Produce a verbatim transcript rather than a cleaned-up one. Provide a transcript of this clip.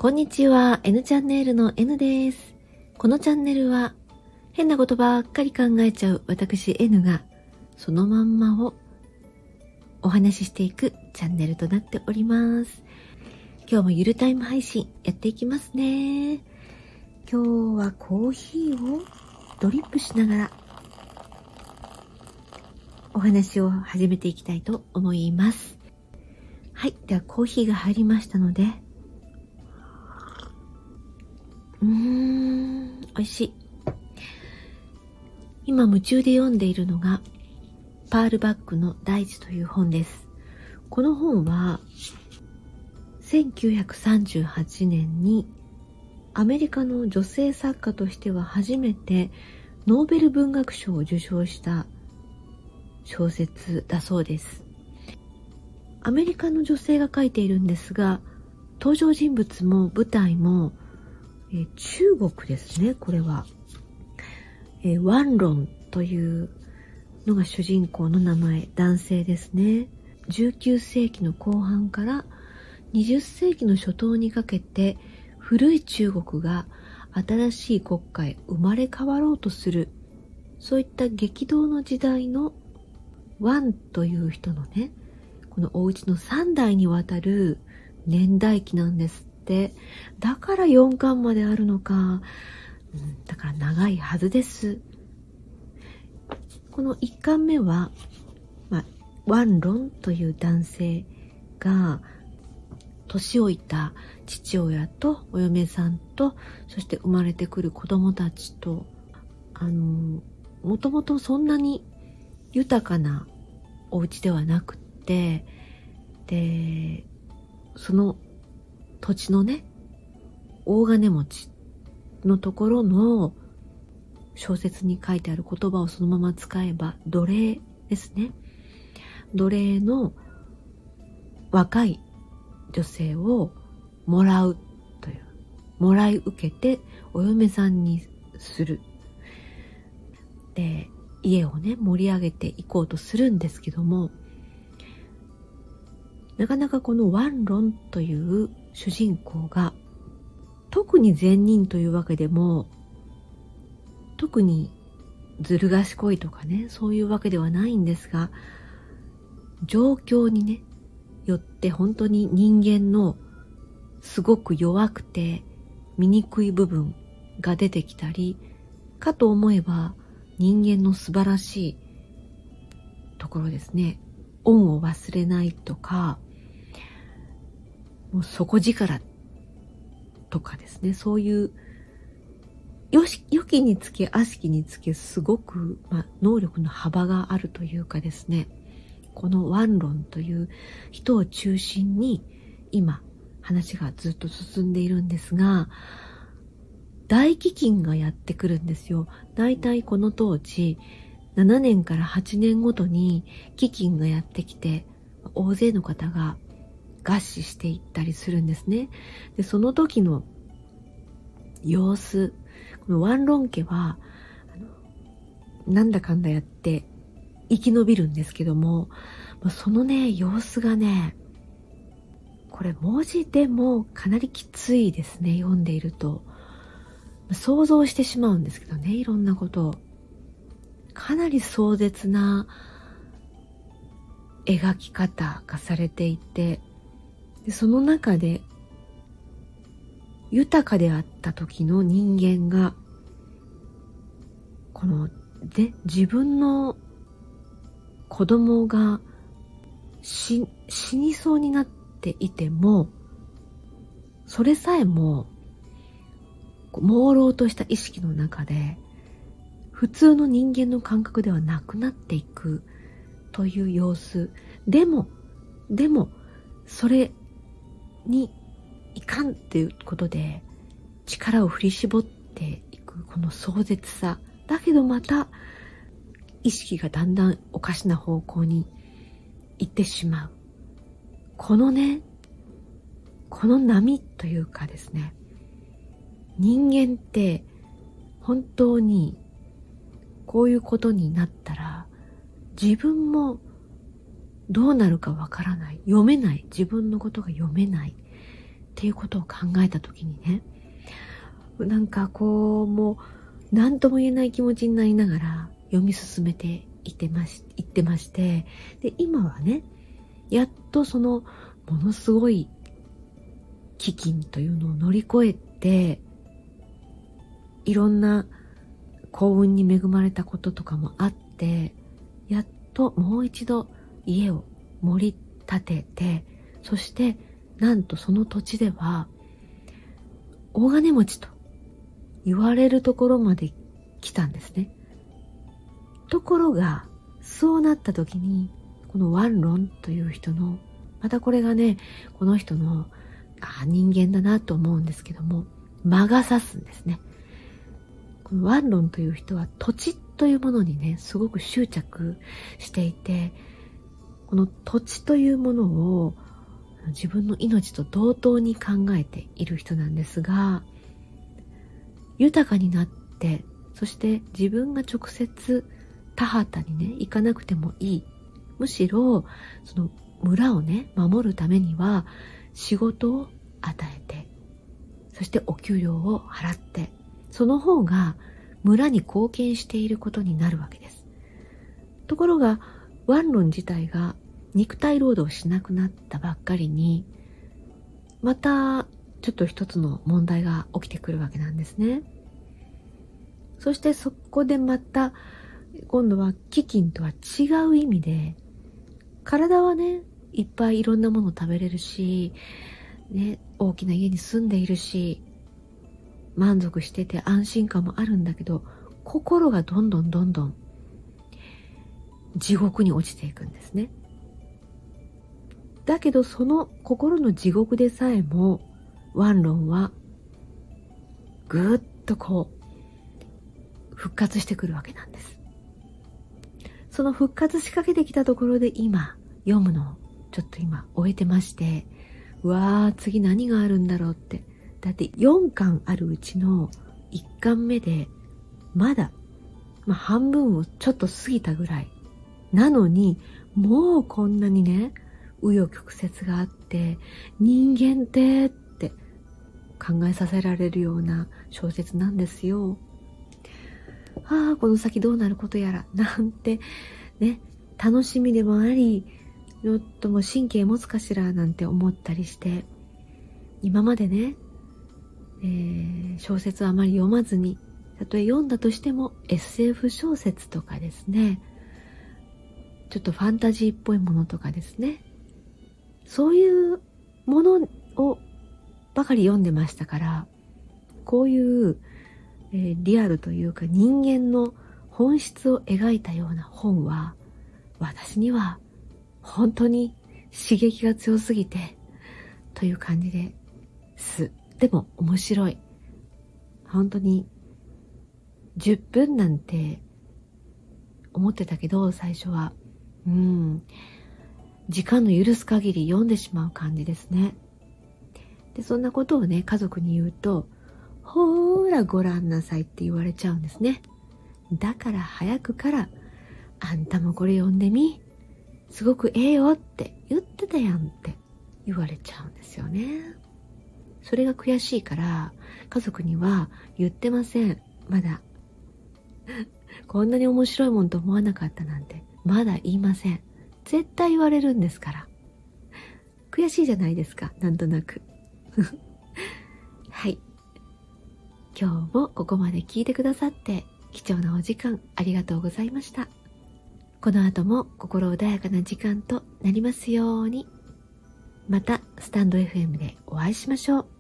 こんにちは、N チャンネルの N です。このチャンネルは変なことばっかり考えちゃう私 N がそのまんまをお話ししていくチャンネルとなっております。今日もゆるタイム配信やっていきますね。今日はコーヒーをドリップしながらお話を始めていきたいと思います。はい、ではコーヒーが入りましたので、うーん、美味しい。今夢中で読んでいるのがパール・バックの大地という本です。この本はせんきゅうひゃくさんじゅうはちねんにアメリカの女性作家としては初めてノーベル文学賞を受賞した小説だそうです。アメリカの女性が書いているんですが、登場人物も舞台もえ中国ですね。これはえワンロンというのが主人公の名前、男性ですね。じゅうきゅうせいきの後半からにじゅっせいきの初頭にかけて、古い中国が新しい国家へ生まれ変わろうとする、そういった激動の時代のワンという人のね、このお家のさんだいにわたる年代記なんですって。だからよんかんまであるのか、うん、だから長いはずです。このいっかんめは、まあ、ワンロンという男性が年老いた父親とお嫁さんと、そして生まれてくる子供たちと、あのもともとそんなに豊かなお家ではなくって、でその土地のね、大金持ちのところの小説に書いてある言葉をそのまま使えば奴隷ですね。奴隷の若い女性をもらうという、もらい受けてお嫁さんにする。で、家をね、盛り上げていこうとするんですけども、なかなかこのワンロンという主人公が特に善人というわけでも、特にずる賢いとかね、そういうわけではないんですが、状況にねよって本当に人間のすごく弱くて醜い部分が出てきたり、かと思えば人間の素晴らしいところですね、恩を忘れないとか、もう底力とかですね、そういうよし、良きにつけ悪しきにつけ、すごく、まあ、能力の幅があるというかですね、このワンロンという人を中心に今話がずっと進んでいるんですが、大飢饉がやってくるんですよ。だいたいこの当時ななねんからはちねんごとに飢饉がやってきて、大勢の方が餓死していったりするんですね。で、その時の様子、このワンロン家はあのなんだかんだやって生き延びるんですけども、そのね様子がね、これ文字でもかなりきついですね。読んでいると想像してしまうんですけどね、いろんなことを。かなり壮絶な描き方がされていて、でその中で豊かであった時の人間がこので自分の子供が死、死にそうになっていても、それさえも朦朧とした意識の中で普通の人間の感覚ではなくなっていくという様子でもでもそれにいかんっていうことで力を振り絞っていくこの壮絶さだけど、また意識がだんだんおかしな方向に行ってしまう、このねこの波というかですね、人間って本当にこういうことになったら自分もどうなるかわからない、読めない、自分のことが読めない、 っていうことを考えたときにね、なんかこう、もう何とも言えない気持ちになりながら読み進めていってまし、いってまして、で、今はね、やっとそのものすごい飢饉というのを乗り越えて、いろんな幸運に恵まれたこととかもあって、やっともう一度家を盛り立てて、そしてなんとその土地では大金持ちと言われるところまで来たんですね。ところがそうなった時に、このワンロンという人の、またこれがね、この人のあ人間だなと思うんですけども、魔が差すんですね。このワンロンという人は土地というものにね、すごく執着していて、この土地というものを自分の命と同等に考えている人なんですが、豊かになって、そして自分が直接田畑にね、行かなくてもいい。むしろ、その村をね、守るためには仕事を与えて、そしてお給料を払って、その方が村に貢献していることになるわけです。ところが、ワンロン自体が肉体労働をしなくなったばっかりに、またちょっと一つの問題が起きてくるわけなんですね。そしてそこでまた、今度は飢饉とは違う意味で、体はね、いっぱいいろんなものを食べれるし、ね、大きな家に住んでいるし、満足してて安心感もあるんだけど、心がどんどんどんどん地獄に落ちていくんですね。だけどその心の地獄でさえも、ワンロンはぐーっとこう復活してくるわけなんです。その復活しかけてきたところで今読むのをちょっと今終えてまして、うわー次何があるんだろうって。だってよんかんあるうちのいっかんめでまだ、まあ、半分をちょっと過ぎたぐらいなのに、もうこんなにね紆余曲折があって、人間ってって考えさせられるような小説なんですよ。ああこの先どうなることやらなんてね、楽しみでもあり、ちょっともう神経持つかしらなんて思ったりして、今までね、えー、小説はあまり読まずに、たとえ読んだとしても エスエフ 小説とかですね、ちょっとファンタジーっぽいものとかですね、そういうものをばかり読んでましたから、こういう、えー、リアルというか人間の本質を描いたような本は私には本当に刺激が強すぎてという感じです。でも面白い。本当にじゅっぷんなんて思ってたけど、最初はうん時間の許す限り読んでしまう感じですね。でそんなことをね家族に言うと、ほーらご覧なさいって言われちゃうんですね。だから早くからあんたもこれ読んでみ、すごくええよって言ってたやんって言われちゃうんですよね。それが悔しいから家族には言ってません。まだこんなに面白いもんと思わなかったなんてまだ言いません。絶対言われるんですから。悔しいじゃないですか、なんとなくはい、今日もここまで聞いてくださって貴重なお時間ありがとうございました。この後も心穏やかな時間となりますように。またスタンド エフエム でお会いしましょう。